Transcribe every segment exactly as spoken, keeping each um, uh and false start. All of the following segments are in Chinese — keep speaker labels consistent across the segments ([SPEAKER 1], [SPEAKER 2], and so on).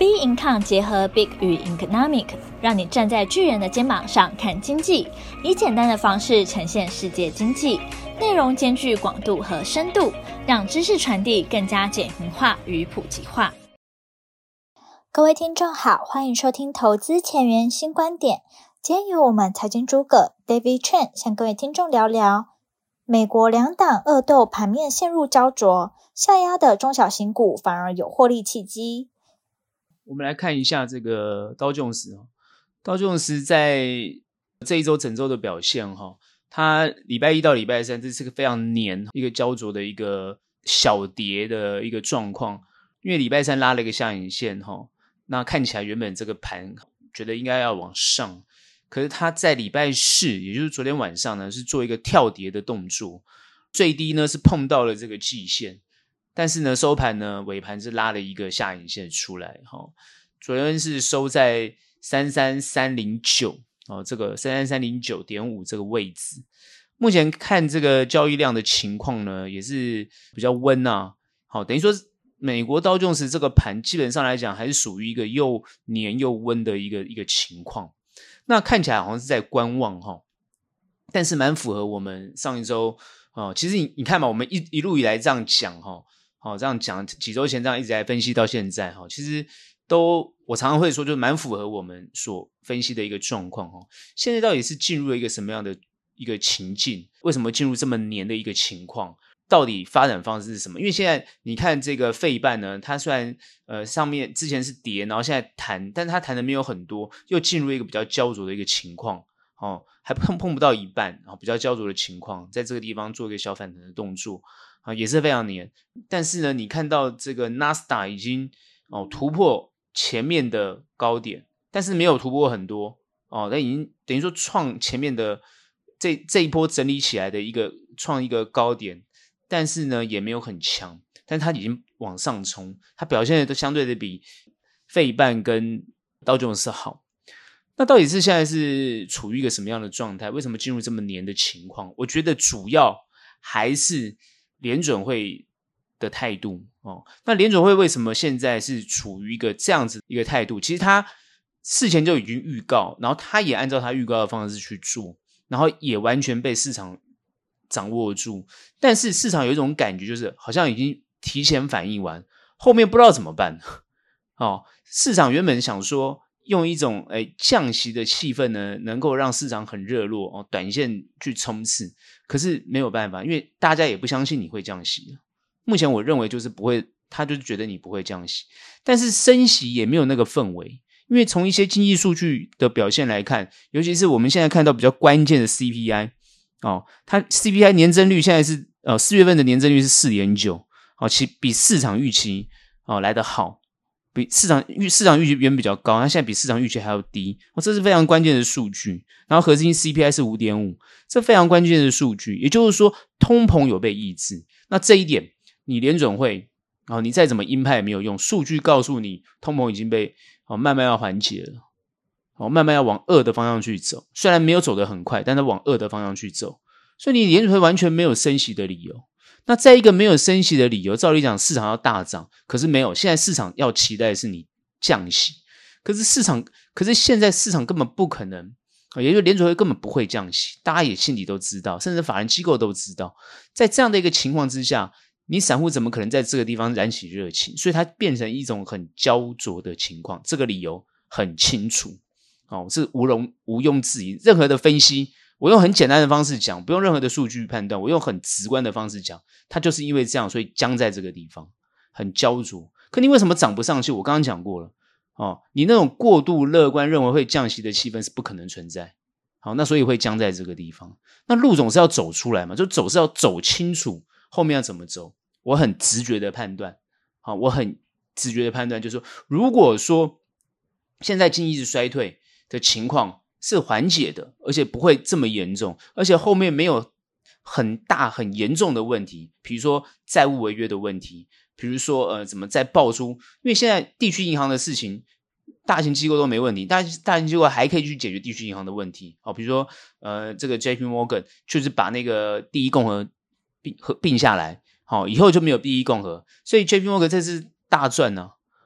[SPEAKER 1] B Income 结合 Big 与 Economic， 让你站在巨人的肩膀上看经济，以简单的方式呈现世界经济，内容兼具广度和深度，让知识传递更加简明化与普及化。各位听众好，欢迎收听投资前沿新观点。今天由我们财经诸葛 David Chen 向各位听众聊聊美国两党恶斗，盘面陷入焦灼，下压的中小型股反而有获利契机。
[SPEAKER 2] 我们来看一下这个道琼斯，道琼斯在这一周整周的表现，它礼拜一到礼拜三这是个非常黏一个焦灼的一个小跌的一个状况，因为礼拜三拉了一个下影线，那看起来原本这个盘觉得应该要往上，可是它在礼拜四也就是昨天晚上呢是做一个跳跌的动作，最低呢是碰到了这个季线，但是呢收盘呢尾盘是拉了一个下影线出来，昨天是收在三三三零九，这个三三三零九点五这个位置。目前看这个交易量的情况呢也是比较温啊，好，等于说美国道琼斯这个盘基本上来讲还是属于一个又黏又温的一个一个情况，那看起来好像是在观望，但是蛮符合我们上一周，其实 你, 你看嘛，我们 一, 一路以来这样讲，这样讲几周前这样一直来分析到现在，其实都我常常会说就蛮符合我们所分析的一个状况。现在到底是进入了一个什么样的一个情境，为什么进入这么黏的一个情况，到底发展方式是什么？因为现在你看这个费半呢，它虽然呃上面之前是跌，然后现在弹，但它弹的没有很多，又进入一个比较焦灼的一个情况，哦，还碰碰不到一半，哦，比较焦灼的情况，在这个地方做一个小反弹的动作，啊，也是非常黏。但是呢，你看到这个 Nasdaq 已经哦突破前面的高点，但是没有突破很多，哦，那已经等于说创前面的这这一波整理起来的一个创一个高点。但是呢也没有很强，但它已经往上冲，它表现的都相对的比费半跟道琼斯好。那到底是现在是处于一个什么样的状态？为什么进入这么黏的情况？我觉得主要还是联准会的态度，哦，那联准会为什么现在是处于一个这样子一个态度？其实他事前就已经预告，然后他也按照他预告的方式去做，然后也完全被市场掌握住，但是市场有一种感觉，就是好像已经提前反应完，后面不知道怎么办。哦，市场原本想说用一种诶降息的气氛呢，能够让市场很热络，哦，短线去冲刺，可是没有办法，因为大家也不相信你会降息。目前我认为就是不会，他就是觉得你不会降息，但是升息也没有那个氛围，因为从一些经济数据的表现来看，尤其是我们现在看到比较关键的 C P I。哦，它 C P I 年增率现在是呃四月份的年增率是 四点九， 哦，其比市场预期哦来得好，比市场预市场预期原本比较高，它现在比市场预期还要低，哦，这是非常关键的数据。然后核心 C P I 是 五点五， 这非常关键的数据，也就是说通膨有被抑制。那这一点你联准会哦，你再怎么鹰派也没有用，数据告诉你通膨已经被哦慢慢要缓解了。哦，慢慢要往二的方向去走，虽然没有走得很快，但它往二的方向去走，所以你联准会完全没有升息的理由。那在一个没有升息的理由，照理讲市场要大涨，可是没有，现在市场要期待的是你降息，可是市场，可是现在市场根本不可能，也就是联准会根本不会降息，大家也心里都知道，甚至法人机构都知道，在这样的一个情况之下，你散户怎么可能在这个地方燃起热情？所以它变成一种很焦灼的情况，这个理由很清楚。哦，是无容毋庸置疑，任何的分析我用很简单的方式讲，不用任何的数据判断，我用很直观的方式讲，它就是因为这样所以僵在这个地方很焦灼。可你为什么涨不上去？我刚刚讲过了，哦，你那种过度乐观认为会降息的气氛是不可能存在，好，那所以会僵在这个地方。那路总是要走出来嘛，就走是要走清楚后面要怎么走，我很直觉的判断，好，我很直觉的判断就是说，如果说现在经济是衰退的情况是缓解的，而且不会这么严重，而且后面没有很大很严重的问题，比如说债务违约的问题，比如说呃怎么再爆出，因为现在地区银行的事情大型机构都没问题，大大型机构还可以去解决地区银行的问题，好，比如说呃这个 J P Morgan 就是把那个第一共和并并下来，好，以后就没有第一共和，所以 J P Morgan 这是大赚啊，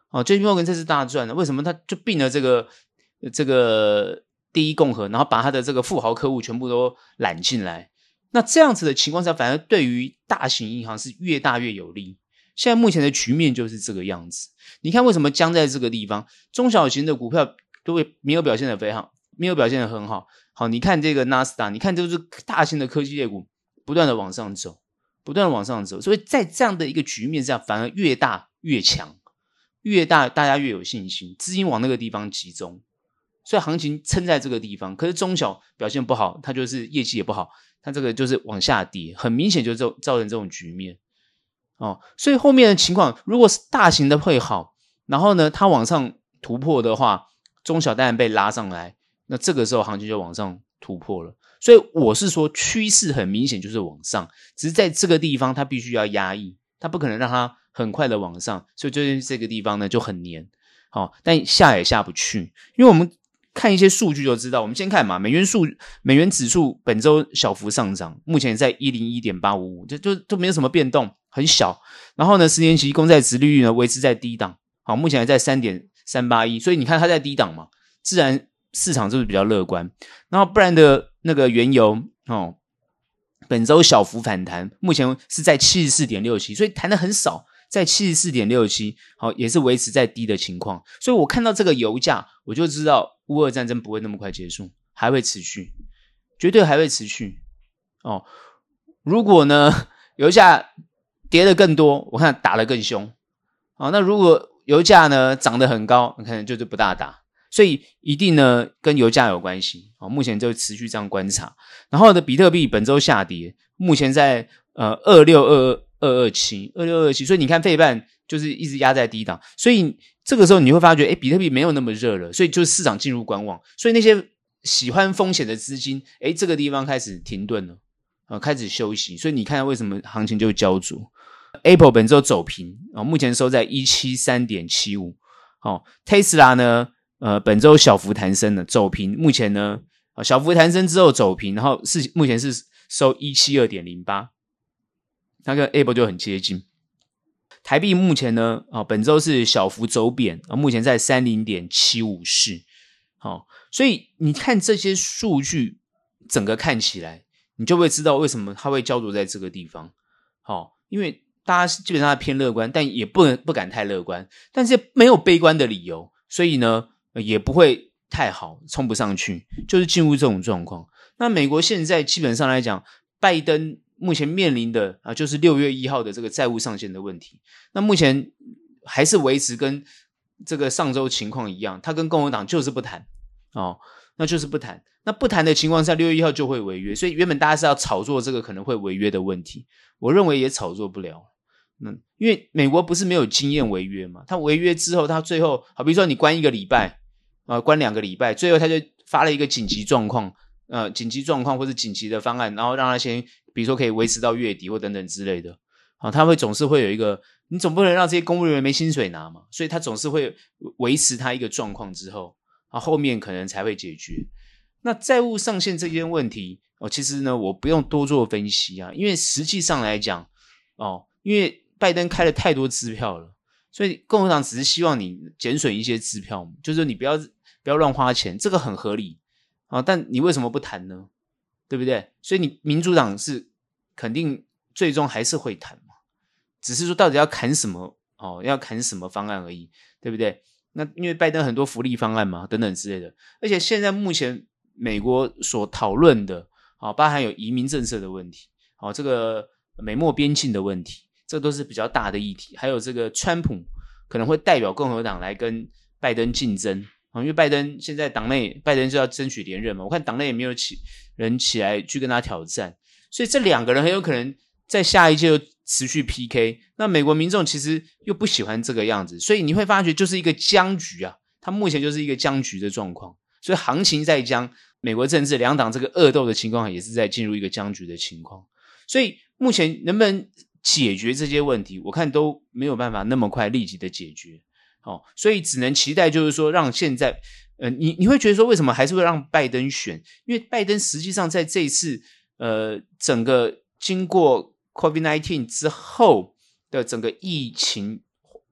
[SPEAKER 2] 哦 J P Morgan 这次大赚了，为什么？他就并了这个这个第一共和，然后把他的这个富豪客户全部都揽进来。那这样子的情况下，反而对于大型银行是越大越有利。现在目前的局面就是这个样子。你看为什么僵在这个地方，中小型的股票都会没有表现得非常，没有表现得很好。好，你看这个纳斯达，你看这就是大型的科技类股不断的往上走，不断的往上走，所以在这样的一个局面下，反而越大越强，越大大家越有信心，资金往那个地方集中，所以行情撑在这个地方。可是中小表现不好，它就是业绩也不好，它这个就是往下跌，很明显就造造成这种局面。哦，所以后面的情况，如果是大型的会好，然后呢，它往上突破的话，中小当然被拉上来，那这个时候行情就往上突破了。所以我是说，趋势很明显就是往上，只是在这个地方它必须要压抑，它不可能让它很快的往上，所以就是这个地方呢就很黏。好、哦，但下也下不去，因为我们看一些数据就知道。我们先看嘛，美元数美元指数本周小幅上涨，目前在 一零一点八五五， 就就就没有什么变动，很小。然后呢，十年期公债殖利率呢维持在低档，好，目前还在 三点三八一， 所以你看它在低档嘛，自然市场就是比较乐观。然后不然的那个原油哦，本周小幅反弹，目前是在 七十四点六七， 所以弹得很少，在 七十四点六七， 好，也是维持在低的情况。所以我看到这个油价，我就知道乌俄战争不会那么快结束，还会持续，绝对还会持续。哦，如果呢油价跌得更多，我看打得更凶。哦，那如果油价呢涨得很高，可能就是不大打。所以一定呢跟油价有关系。哦，目前就持续这样观察。然后呢，比特币本周下跌，目前在呃二六二二七 二六二七，所以你看费半就是一直压在低档，所以这个时候你会发觉，诶，比特币没有那么热了，所以就是市场进入观望，所以那些喜欢风险的资金，诶，这个地方开始停顿了，呃，开始休息，所以你看为什么行情就焦灼。Apple 本周走平，哦，目前收在 一百七十三点七五。哦 Tesla 呢呃，本周小幅弹升了，走平，目前呢小幅弹升之后走平，然后是目前是收 一百七十二点零八， 它跟 Apple 就很接近。台币目前呢、哦、本周是小幅走贬、哦、目前在 三十点七五四、哦、所以你看这些数据整个看起来你就会知道为什么它会焦灼在这个地方、哦、因为大家基本上偏乐观，但也不能不敢太乐观，但是没有悲观的理由，所以呢也不会太好，冲不上去，就是进入这种状况。那美国现在基本上来讲，拜登目前面临的啊，就是六月一号的这个债务上限的问题。那目前还是维持跟这个上周情况一样，他跟共和党就是不谈哦，那就是不谈。那不谈的情况下，六月一号就会违约，所以原本大家是要炒作这个可能会违约的问题，我认为也炒作不了。嗯，因为美国不是没有经验违约嘛，他违约之后，他最后好比说你关一个礼拜啊，关两个礼拜，最后他就发了一个紧急状况，呃，紧急状况或是紧急的方案，然后让他先，比如说可以维持到月底或等等之类的，啊，他会总是会有一个，你总不能让这些公务人员没薪水拿嘛，所以他总是会维持他一个状况之后，啊，后面可能才会解决。那债务上限这件问题，哦，其实呢，我不用多做分析啊，因为实际上来讲，哦，因为拜登开了太多支票了，所以共和党只是希望你减损一些支票，就是你不要不要乱花钱，这个很合理啊。但你为什么不谈呢？对不对？所以你民主党是肯定最终还是会谈嘛，只是说到底要砍什么哦，要砍什么方案而已，对不对？那因为拜登很多福利方案嘛，等等之类的，而且现在目前美国所讨论的啊，包含有移民政策的问题，好，这个美墨边境的问题。这都是比较大的议题，还有这个川普可能会代表共和党来跟拜登竞争、哦、因为拜登现在党内拜登就要争取连任嘛，我看党内也没有起人起来去跟他挑战，所以这两个人很有可能在下一届又持续 P K。 那美国民众其实又不喜欢这个样子，所以你会发觉就是一个僵局啊，它目前就是一个僵局的状况，所以行情在僵，美国政治两党这个恶斗的情况也是在进入一个僵局的情况，所以目前能不能解决这些问题，我看都没有办法那么快立即的解决、哦、所以只能期待就是说让现在呃，你你会觉得说为什么还是会让拜登选，因为拜登实际上在这一次呃整个经过 COVID 十九 之后的整个疫情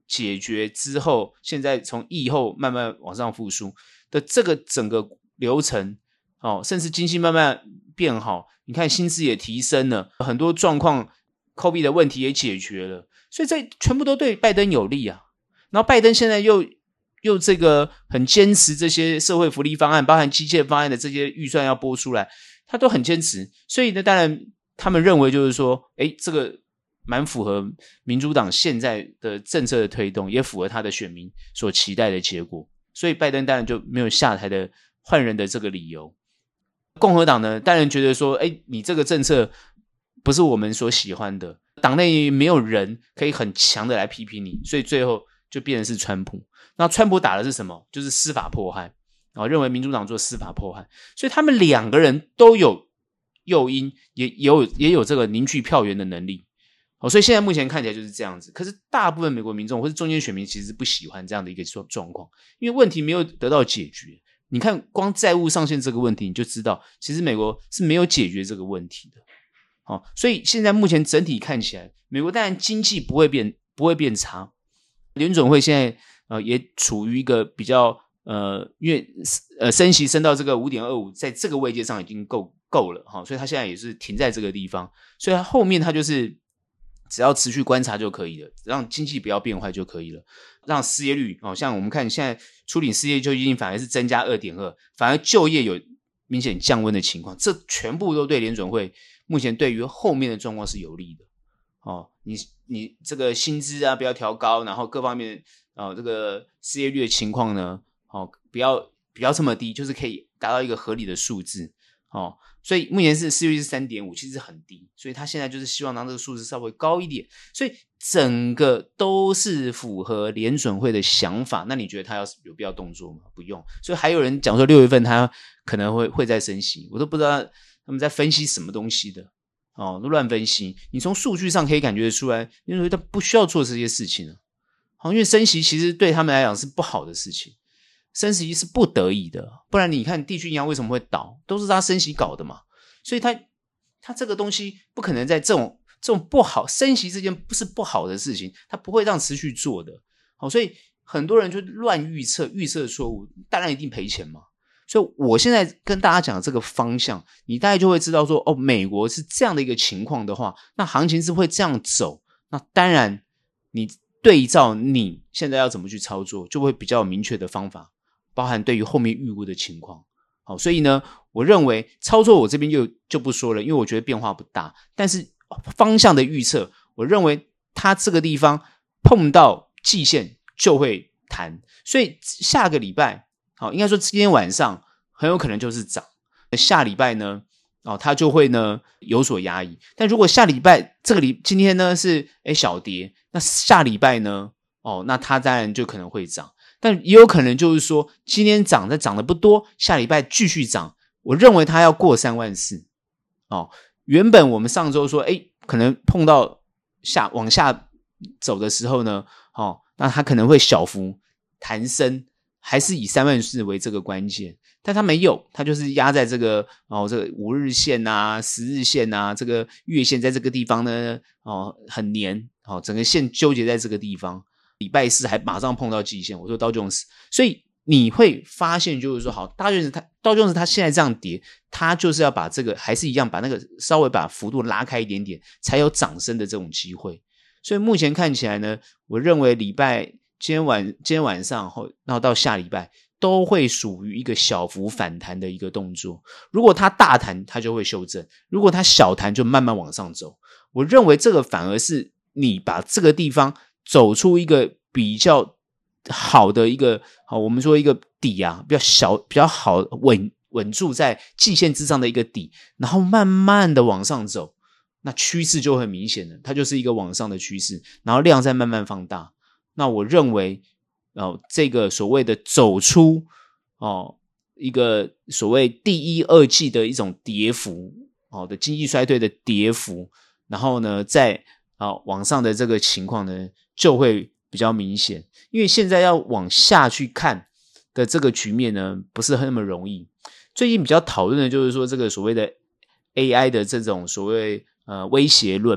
[SPEAKER 2] 解决之后，现在从疫后慢慢往上复苏的这个整个流程，哦，甚至经济慢慢变好，你看薪资也提升了，很多状况 COVID 的问题也解决了，所以这全部都对拜登有利啊。然后拜登现在又又这个很坚持这些社会福利方案，包含基建方案的这些预算要拨出来，他都很坚持。所以呢，当然他们认为就是说，诶，这个蛮符合民主党现在的政策的推动，也符合他的选民所期待的结果。所以拜登当然就没有下台的换人的这个理由。共和党呢，当然觉得说，诶，你这个政策不是我们所喜欢的，党内没有人可以很强的来批评你，所以最后就变成是川普。那川普打的是什么？就是司法迫害，哦，认为民主党做司法迫害，所以他们两个人都有诱因，也有也有这个凝聚票源的能力。哦，所以现在目前看起来就是这样子。可是大部分美国民众或是中间选民其实不喜欢这样的一个状况，因为问题没有得到解决。你看光债务上限这个问题，你就知道其实美国是没有解决这个问题的。哦，所以现在目前整体看起来，美国当然经济不会变不会变差。联准会现在呃也处于一个比较呃因为呃升息升到这个 五点二五， 在这个位阶上已经够够了哈，所以它现在也是停在这个地方。所以它后面它就是只要持续观察就可以了，让经济不要变坏就可以了，让失业率哦，像我们看现在初领失业救济金反而是增加 二点二， 反而就业有明显降温的情况，这全部都对联准会目前对于后面的状况是有利的哦。你你这个薪资啊不要调高，然后各方面哦这个失业率的情况呢哦不要不要这么低，就是可以达到一个合理的数字哦。所以目前是失业率是 三点五， 其实很低，所以他现在就是希望让这个数字稍微高一点，所以整个都是符合联准会的想法。那你觉得他要有必要动作吗？不用。所以还有人讲说六月份他可能会会再升息，我都不知道他们在分析什么东西的哦，都乱分析。你从数据上可以感觉出来，因为他不需要做这些事情了，好，因为升息其实对他们来讲是不好的事情。升息是不得已的，不然你看地区银行为什么会倒，都是他升息搞的嘛。所以他他这个东西不可能在这种这种不好，升息这件不是不好的事情，他不会让持续做的。好，所以很多人就乱预测，预测错误，当然一定赔钱嘛。所以我现在跟大家讲这个方向，你大概就会知道说，哦，美国是这样的一个情况的话，那行情是会这样走。那当然你对照你现在要怎么去操作，就会比较有明确的方法，包含对于后面预估的情况。好，所以呢，我认为操作我这边就就不说了，因为我觉得变化不大。但是方向的预测，我认为它这个地方碰到季线就会弹，所以下个礼拜，好，应该说今天晚上很有可能就是涨。下礼拜呢，哦，它就会呢有所压抑。但如果下礼拜这个礼今天呢是诶小跌，那下礼拜呢，哦，那它当然就可能会涨。但也有可能就是说今天涨的涨的不多，下礼拜继续涨，我认为它要过三万四。哦，原本我们上周说诶可能碰到下往下走的时候呢，哦，那它可能会小幅弹升，还是以三万四为这个关键。但它没有，它就是压在这个哦这个五日线啊、十日线啊，这个月线在这个地方呢，哦很黏，哦整个线纠结在这个地方。礼拜四还马上碰到季线，我说道琼斯，所以你会发现就是说，好，道琼斯它道琼斯它现在这样跌，它就是要把这个还是一样把那个稍微把幅度拉开一点点，才有涨升的这种机会。所以目前看起来呢，我认为礼拜今天晚今天晚上后，然后到下礼拜都会属于一个小幅反弹的一个动作。如果它大弹，它就会修正；如果它小弹，就慢慢往上走。我认为这个反而是你把这个地方走出一个比较好的一个，好，我们说一个底啊，比较小、比较好稳稳住在季线之上的一个底，然后慢慢的往上走，那趋势就很明显了，它就是一个往上的趋势，然后量再慢慢放大。那我认为，哦，这个所谓的走出哦一个所谓第一、二季的一种跌幅，哦的经济衰退的跌幅，然后呢，在啊往上的这个情况呢，就会比较明显。因为现在要往下去看的这个局面呢，不是那么容易。最近比较讨论的就是说，这个所谓的 A I 的这种所谓呃威胁论。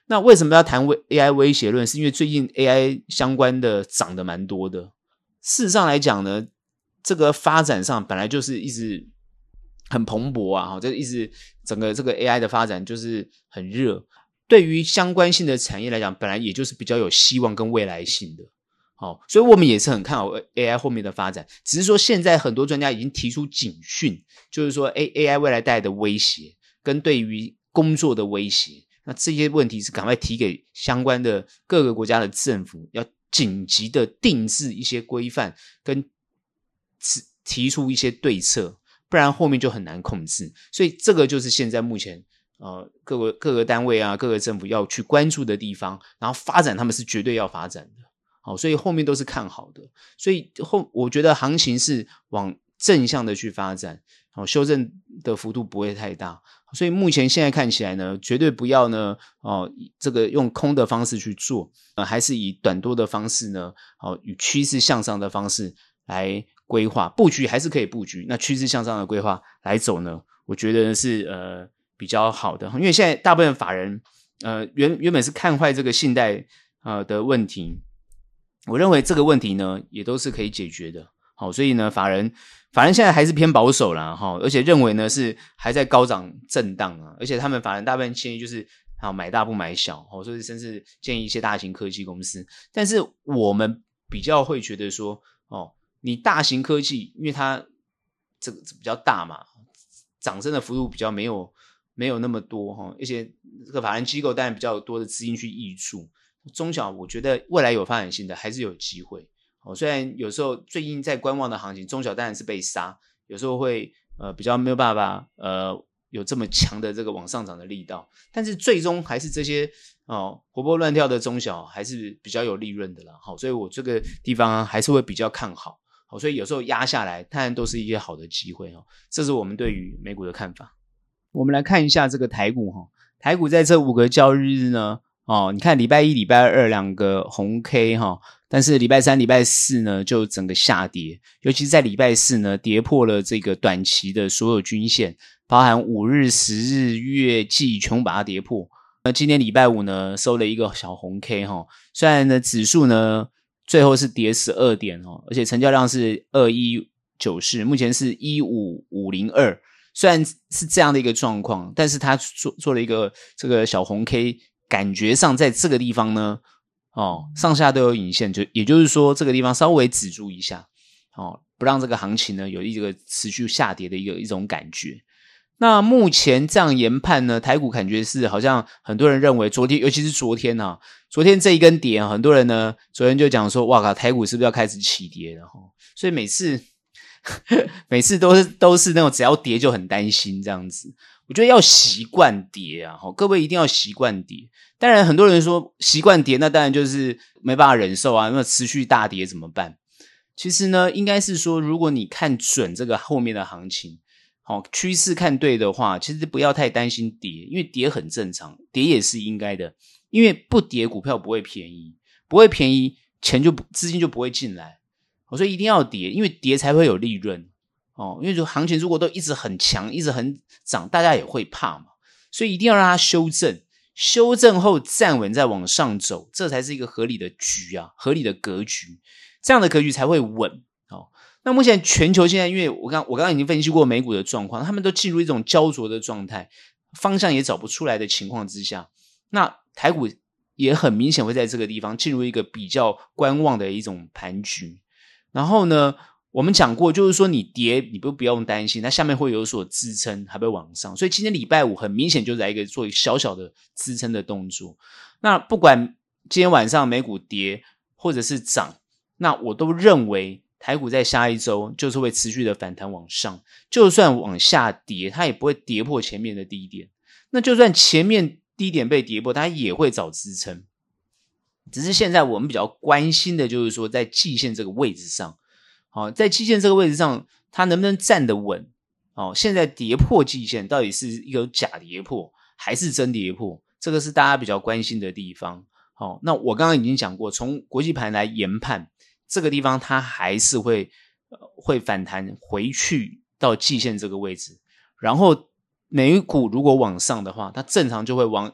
[SPEAKER 2] 那为什么要谈 A I 威胁论？是因为最近 A I 相关的涨得蛮多的。事实上来讲呢，这个发展上本来就是一直很蓬勃啊，这一直整个这个 A I 的发展就是很热。对于相关性的产业来讲，本来也就是比较有希望跟未来性的。好，所以我们也是很看好 A I 后面的发展，只是说现在很多专家已经提出警讯，就是说 A I 未来带来的威胁跟对于工作的威胁，那这些问题是赶快提给相关的各个国家的政府，要紧急的定制一些规范跟提出一些对策，不然后面就很难控制。所以这个就是现在目前呃各个各个单位啊，各个政府要去关注的地方，然后发展他们是绝对要发展的。好，所以后面都是看好的，所以后我觉得行情是往正向的去发展，好，修正的幅度不会太大，所以目前现在看起来呢，绝对不要呢，哦，这个用空的方式去做，呃，还是以短多的方式呢，哦，与趋势向上的方式来规划布局，还是可以布局。那趋势向上的规划来走呢，我觉得是呃比较好的，因为现在大部分法人呃原原本是看坏这个信贷呃的问题。我认为这个问题呢也都是可以解决的，好，所以呢法人法人现在还是偏保守啦，而且认为呢是还在高涨震荡啊，而且他们法人大部分建议就是好买大不买小，所以甚至建议一些大型科技公司。但是我们比较会觉得说哦，你大型科技因为它这个比较大嘛，涨升的幅度比较没有没有那么多，而且这个法人机构当然比较有多的资金去挹注，中小我觉得未来有发展性的还是有机会，哦，虽然有时候最近在观望的行情，中小当然是被杀，有时候会呃比较没有办法呃有这么强的这个往上涨的力道，但是最终还是这些哦活泼乱跳的中小还是比较有利润的啦，好，所以我这个地方还是会比较看好，好，所以有时候压下来当然都是一些好的机会哦，这是我们对于美股的看法。我们来看一下这个台股哈，台股在这五个交易日呢。哦，你看礼拜一、礼拜二两个红 K 哈，但是礼拜三、礼拜四呢就整个下跌，尤其是在礼拜四呢跌破了这个短期的所有均线，包含五日、十日、月季全部把它跌破。那今天礼拜五呢收了一个小红 K 哈，虽然呢指数呢最后是跌十二点哦，而且成交量是二一九四，目前是一五五零二，虽然是这样的一个状况，但是它做做了一个这个小红 K。感觉上在这个地方呢，哦，上下都有影线，就也就是说这个地方稍微止住一下，哦，不让这个行情呢有一个持续下跌的一个一种感觉。那目前这样研判呢，台股感觉是好像很多人认为昨天，尤其是昨天啊，昨天这一根跌啊，很多人呢昨天就讲说，哇靠，台股是不是要开始起跌了？所以每次每次都是都是那种只要跌就很担心这样子。我觉得要习惯跌啊，各位一定要习惯跌。当然很多人说习惯跌，那当然就是没办法忍受啊，那持续大跌怎么办？其实呢应该是说，如果你看准这个后面的行情，趋势看对的话，其实不要太担心跌，因为跌很正常，跌也是应该的，因为不跌股票不会便宜，不会便宜钱就资金就不会进来，所以一定要跌，因为跌才会有利润。哦，因为就行情如果都一直很强，一直很涨，大家也会怕嘛，所以一定要让它修正，修正后站稳再往上走，这才是一个合理的局啊，合理的格局，这样的格局才会稳。哦，那目前全球现在，因为我刚我刚刚已经分析过美股的状况，他们都进入一种焦灼的状态，方向也找不出来的情况之下，那台股也很明显会在这个地方进入一个比较观望的一种盘局。然后呢，我们讲过，就是说你跌，你不不用担心，它下面会有所支撑，还会往上。所以今天礼拜五很明显就是来一个做一个小小的支撑的动作。那不管今天晚上美股跌或者是涨，那我都认为台股在下一周就是会持续的反弹往上，就算往下跌，它也不会跌破前面的低点。那就算前面低点被跌破，它也会找支撑。只是现在我们比较关心的就是说，在季线这个位置上。好，在季线这个位置上，它能不能站得稳？哦，现在跌破季线，到底是一个假跌破还是真跌破？这个是大家比较关心的地方。好，那我刚刚已经讲过，从国际盘来研判，这个地方它还是会、呃、会反弹回去到季线这个位置。然后美股如果往上的话，它正常就会往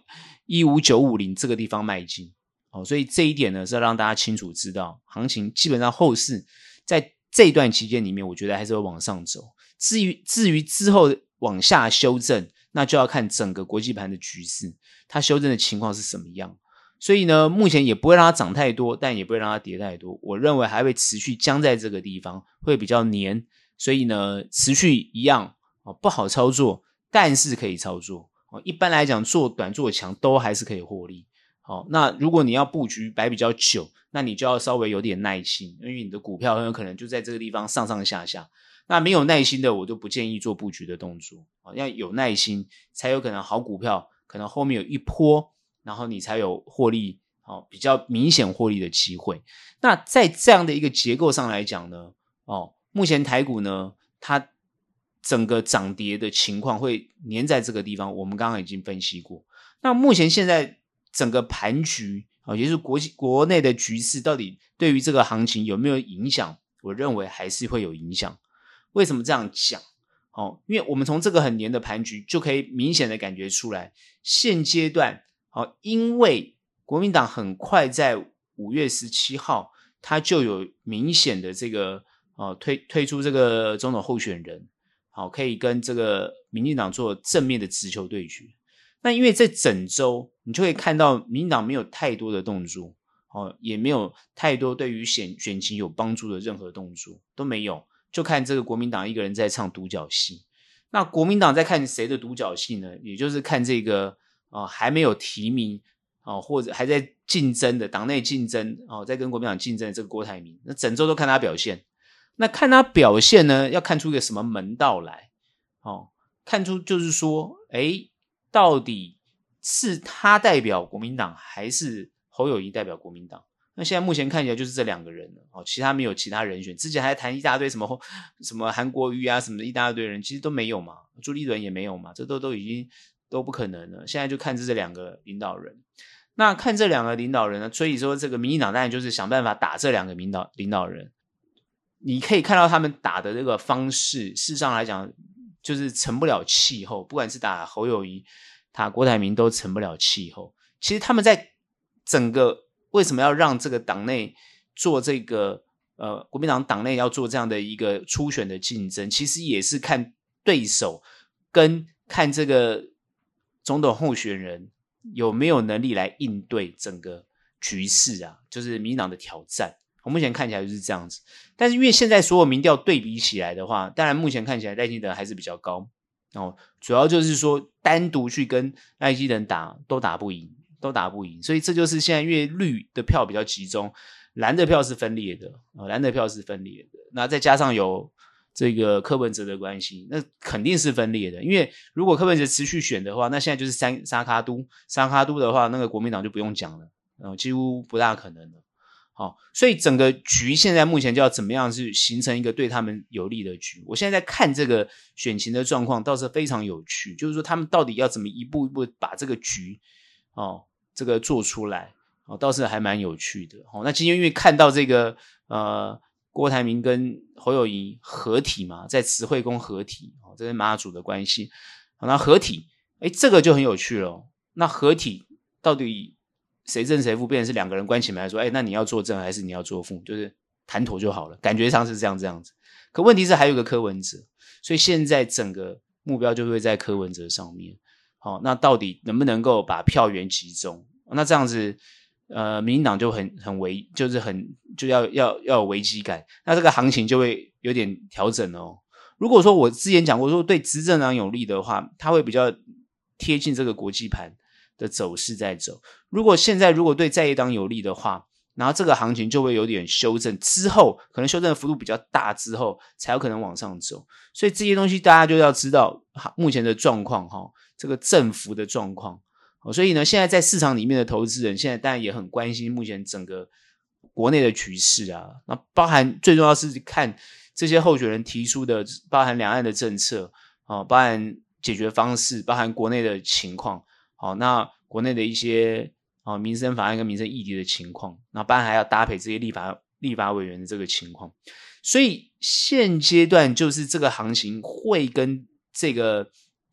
[SPEAKER 2] 一五九五零这个地方迈进。哦，所以这一点呢是要让大家清楚知道，行情基本上后市在这一段期间里面，我觉得还是会往上走。至于至于之后往下修正，那就要看整个国际盘的局势，它修正的情况是什么样。所以呢，目前也不会让它涨太多，但也不会让它跌太多。我认为还会持续僵在这个地方，会比较黏。所以呢，持续一样哦，不好操作，但是可以操作哦。一般来讲，做短做强都还是可以获利。好，那如果你要布局摆比较久，那你就要稍微有点耐心，因为你的股票很有可能就在这个地方上上下下。那没有耐心的，我就不建议做布局的动作。要有耐心，才有可能好股票可能后面有一波，然后你才有获利，比较明显获利的机会。那在这样的一个结构上来讲呢，哦，目前台股呢，它整个涨跌的情况会黏在这个地方，我们刚刚已经分析过。那目前现在整个盘局，也就是国际国内的局势，到底对于这个行情有没有影响？我认为还是会有影响。为什么这样讲？哦，因为我们从这个很黏的盘局就可以明显的感觉出来，现阶段，哦，因为国民党很快在五月十七号，它就有明显的这个哦推推出这个总统候选人，好，可以跟这个民进党做正面的直球对决。那因为这整周你就会看到民进党没有太多的动作，哦，也没有太多对于选选情有帮助的任何动作都没有，就看这个国民党一个人在唱独角戏。那国民党在看谁的独角戏呢？也就是看这个呃还没有提名哦，或者还在竞争的党内竞争哦，在跟国民党竞争的这个郭台铭，那整周都看他表现。那看他表现呢，要看出一个什么门道来哦，看出就是说，诶，到底是他代表国民党，还是侯友宜代表国民党？那现在目前看起来就是这两个人了哦，其他没有其他人选。之前还谈一大堆什么什么韩国瑜啊，什么的一大堆人，其实都没有嘛，朱立伦也没有嘛，这都都已经都不可能了。现在就看这两个领导人。那看这两个领导人呢，所以说这个民进党当然就是想办法打这两个领导领导人。你可以看到他们打的这个方式，事实上来讲就是成不了气候，不管是打侯友宜打郭台铭都成不了气候。其实他们在整个为什么要让这个党内做这个呃国民党党内要做这样的一个初选的竞争，其实也是看对手跟看这个总统候选人有没有能力来应对整个局势啊，就是民进党的挑战。我目前看起来就是这样子，但是因为现在所有民调对比起来的话，当然目前看起来赖清德还是比较高哦，主要就是说单独去跟赖清德打都打不赢，都打不赢，所以这就是现在因为绿的票比较集中，蓝的票是分裂的，哦，蓝的票是分裂的，那再加上有这个柯文哲的关系，那肯定是分裂的。因为如果柯文哲持续选的话，那现在就是三沙卡都，沙卡都的话，那个国民党就不用讲了，呃，几乎不大可能了。好，所以整个局现在目前就要怎么样去形成一个对他们有利的局。我现在在看这个选情的状况，倒是非常有趣，就是说他们到底要怎么一步一步把这个局哦这个做出来，哦，倒是还蛮有趣的。哦，那今天因为看到这个呃郭台铭跟侯友宜合体嘛，在慈惠宫合体，哦，这是妈祖的关系，哦，那合体，诶，这个就很有趣了，哦。那合体到底谁正谁负，变成是两个人关起门来说，哎，那你要做正还是你要做负，就是谈妥就好了，感觉上是这样这样子。可问题是还有个柯文哲，所以现在整个目标就会在柯文哲上面。好，哦，那到底能不能够把票源集中？那这样子，呃，民进党就很很危，就是很就要要要有危机感，那这个行情就会有点调整哦。如果说我之前讲过，说对执政党有利的话，它会比较贴近这个国际盘的走势在走。如果现在如果对在野党有利的话，然后这个行情就会有点修正，之后可能修正的幅度比较大之后才有可能往上走。所以这些东西大家就要知道目前的状况，这个振幅的状况。所以呢，现在在市场里面的投资人现在当然也很关心目前整个国内的局势啊，那包含最重要是看这些候选人提出的包含两岸的政策，包含解决方式，包含国内的情况，那国内的一些民生法案跟民生议题的情况，那包含还要搭配这些立法立法委员的这个情况。所以现阶段就是这个行情会跟这个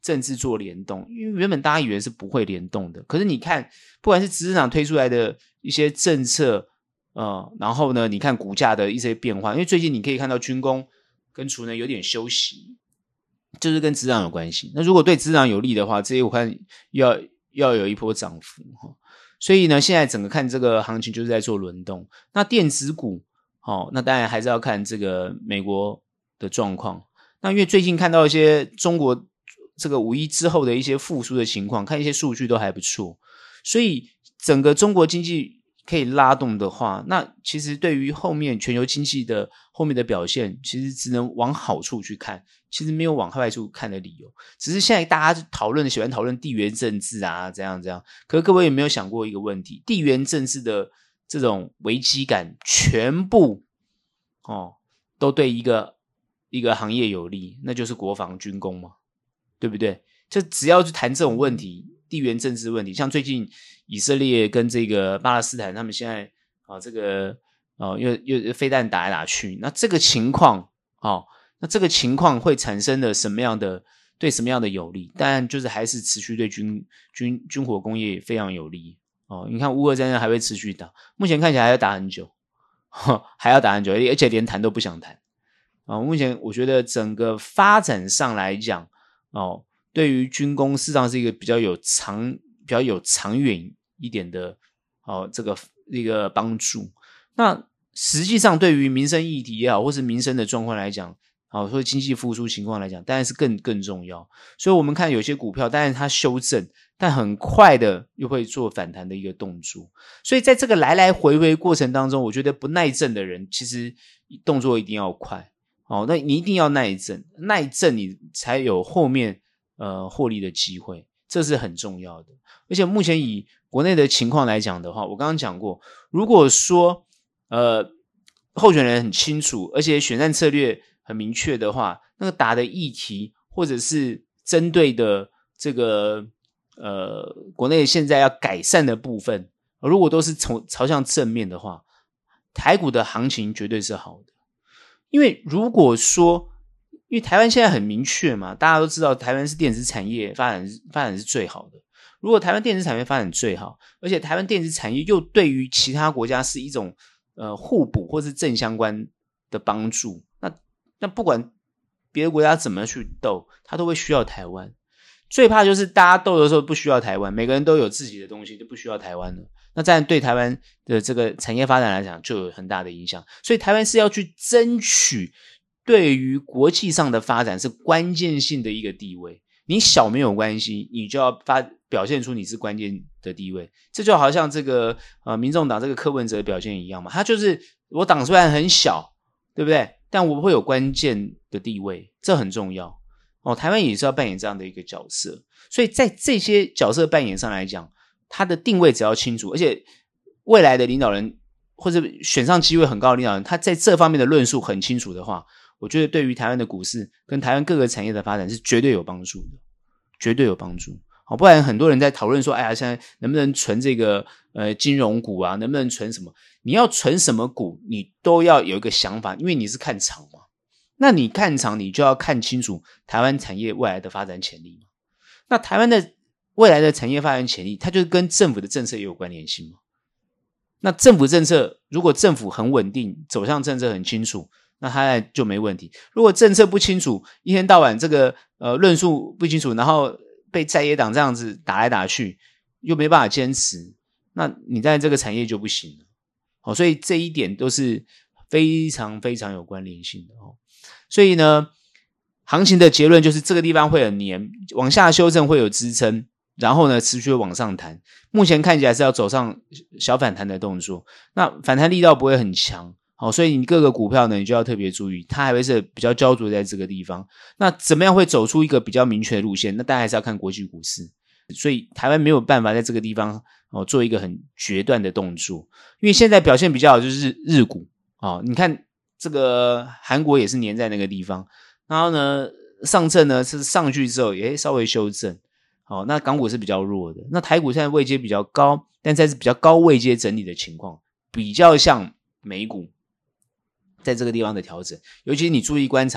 [SPEAKER 2] 政治做联动，因为原本大家以为是不会联动的，可是你看不管是执政党推出来的一些政策呃，然后呢你看股价的一些变化，因为最近你可以看到军工跟储能有点休息，就是跟执政党有关系。那如果对执政党有利的话，这些我看要要有一波涨幅。所以呢现在整个看这个行情就是在做轮动。那电子股哦，那当然还是要看这个美国的状况。那因为最近看到一些中国这个五一之后的一些复苏的情况，看一些数据都还不错，所以整个中国经济可以拉动的话，那其实对于后面全球经济的后面的表现，其实只能往好处去看，其实没有往坏处看的理由。只是现在大家讨论喜欢讨论地缘政治啊，怎样怎样。可是各位有没有想过一个问题？地缘政治的这种危机感，全部哦都对一个一个行业有利，那就是国防军工嘛，对不对？就只要去谈这种问题，地缘政治问题，像最近以色列跟这个巴勒斯坦，他们现在啊这个哦又又飞弹打来打去，那这个情况哦，那这个情况会产生的什么样的对什么样的有利？当然就是还是持续对军军军火工业非常有利哦。你看乌俄战争还会持续打，目前看起来还要打很久，还要打很久，而且连谈都不想谈。哦，目前我觉得整个发展上来讲，哦，对于军工事实上是一个比较有长、比较有长远一点的哦，这个一个帮助。那实际上对于民生议题也好，或是民生的状况来讲，哦，或者经济复苏情况来讲，当然是更更重要。所以我们看有些股票，当然它修正，但很快的又会做反弹的一个动作。所以在这个来来回回过程当中，我觉得不耐震的人，其实动作一定要快。哦，那你一定要耐震，耐震你才有后面呃获利的机会，这是很重要的。而且目前以国内的情况来讲的话，我刚刚讲过，如果说呃候选人很清楚，而且选战策略很明确的话，那个打的议题或者是针对的这个呃国内现在要改善的部分，如果都是从朝向正面的话，台股的行情绝对是好的。因为如果说因为台湾现在很明确嘛，大家都知道台湾是电子产业发展发展是最好的。如果台湾电子产业发展最好，而且台湾电子产业又对于其他国家是一种呃互补或是正相关的帮助，那那不管别的国家怎么去斗，它都会需要台湾。最怕就是大家斗的时候不需要台湾，每个人都有自己的东西，就不需要台湾了。那这样对台湾的这个产业发展来讲就有很大的影响。所以台湾是要去争取对于国际上的发展是关键性的一个地位。你小没有关系，你就要发表现出你是关键的地位。这就好像这个呃民众党这个柯文哲的表现一样嘛，他就是我党虽然很小，对不对？但我会有关键的地位，这很重要。哦，台湾也是要扮演这样的一个角色。所以在这些角色扮演上来讲，他的定位只要清楚，而且未来的领导人或者选上机会很高的领导人，他在这方面的论述很清楚的话，我觉得对于台湾的股市跟台湾各个产业的发展是绝对有帮助的，绝对有帮助。好，不然很多人在讨论说，哎呀，现在能不能存这个呃金融股啊，能不能存什么？你要存什么股，你都要有一个想法，因为你是看长嘛。那你看长，你就要看清楚台湾产业未来的发展潜力嘛。那台湾的未来的产业发展潜力，它就是跟政府的政策也有关联性嘛。那政府政策，如果政府很稳定，走向政策很清楚，那它就没问题。如果政策不清楚，一天到晚这个呃论述不清楚，然后被在野党这样子打来打去，又没办法坚持，那你在这个产业就不行了。哦，所以这一点都是非常非常有关联性的哦。所以呢，行情的结论就是这个地方会很黏，往下修正会有支撑，然后呢持续往上弹。目前看起来是要走上小反弹的动作，那反弹力道不会很强。好，所以你各个股票呢，你就要特别注意，它还会是比较焦灼在这个地方。那怎么样会走出一个比较明确的路线？那当然还是要看国际股市。所以台湾没有办法在这个地方哦做一个很决断的动作，因为现在表现比较好就是日, 日股哦，你看这个韩国也是黏在那个地方，然后呢上证呢是上去之后也稍微修正。好，那港股是比较弱的，那台股现在位阶比较高，但在是比较高位阶整理的情况，比较像美股在这个地方的调整。尤其你注意观察，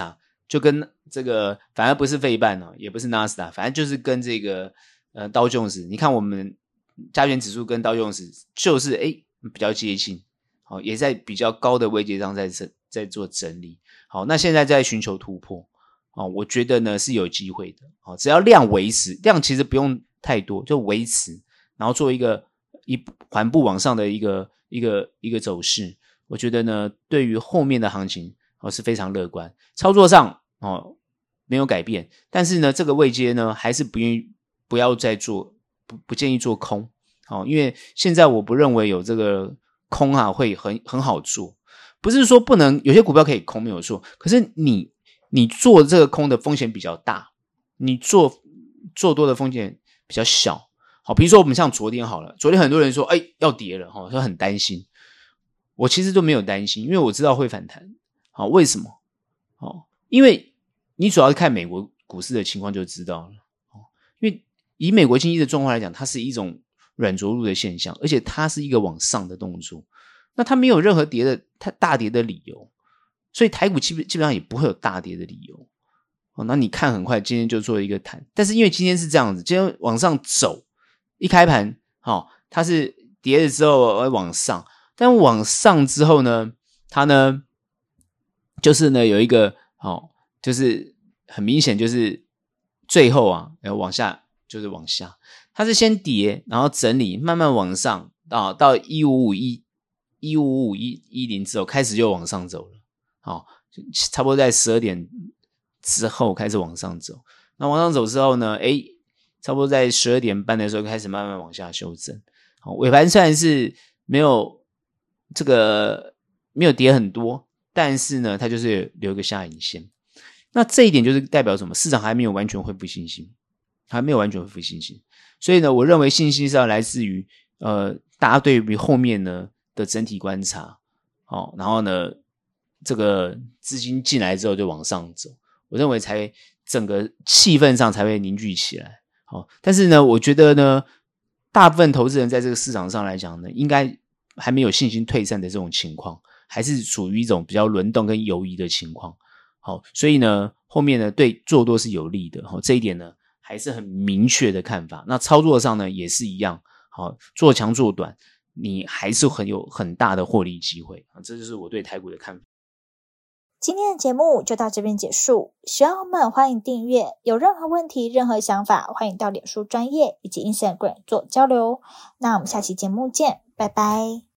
[SPEAKER 2] 就跟这个反而不是费半哦，也不是纳斯达，反正就是跟这个呃道琼斯，你看我们加权指数跟道琼斯就是诶比较接近，好，也在比较高的位阶上在在做整理。好，那现在在寻求突破，好，我觉得呢是有机会的。好，只要量维持，量其实不用太多，就维持，然后做一个一缓步往上的一个一个一个走势，我觉得呢对于后面的行情哦是非常乐观。操作上哦没有改变，但是呢这个位阶呢还是不愿意不要再做，不不建议做空。哦，因为现在我不认为有这个空啊会很很好做，不是说不能，有些股票可以空没有错，可是你你做这个空的风险比较大，你做做多的风险比较小。好，比如说我们像昨天好了，昨天很多人说哎要跌了，齁，说很担心，我其实都没有担心，因为我知道会反弹。好，为什么？哦，因为你主要是看美国股市的情况就知道了。哦，因为以美国经济的状况来讲，它是一种软着陆的现象，而且它是一个往上的动作，那它没有任何跌的它大跌的理由，所以台股基本基本上也不会有大跌的理由。哦，那你看很快今天就做一个弹，但是因为今天是这样子，今天往上走，一开盘，哦，它是跌了之后往上，但往上之后呢，它呢就是呢有一个哦，就是很明显就是最后啊要往下，就是往下，它是先跌，然后整理，慢慢往上啊，到一五五一、一五五一一零之后开始就往上走了。好，差不多在十二点之后开始往上走。那往上走之后呢，诶差不多在十二点半的时候开始慢慢往下修正。好，尾盘虽然是没有这个没有跌很多，但是呢它就是留一个下影线。那这一点就是代表什么？市场还没有完全恢复信心，还没有完全恢复信心。所以呢，我认为信心是要来自于呃大家对于后面呢的整体观察，哦，然后呢这个资金进来之后就往上走，我认为才整个气氛上才会凝聚起来。好，但是呢，我觉得呢，大部分投资人在这个市场上来讲呢，应该还没有信心退散的这种情况，还是处于一种比较轮动跟游移的情况。好，所以呢，后面呢对做多是有利的。好，这一点呢还是很明确的看法。那操作上呢也是一样。好，做强做短，你还是很有很大的获利机会。这就是我对台股的看法。
[SPEAKER 3] 今天的节目就到这边结束，喜欢我们欢迎订阅，有任何问题任何想法欢迎到脸书专页以及 Instagram 做交流。那我们下期节目见，拜拜。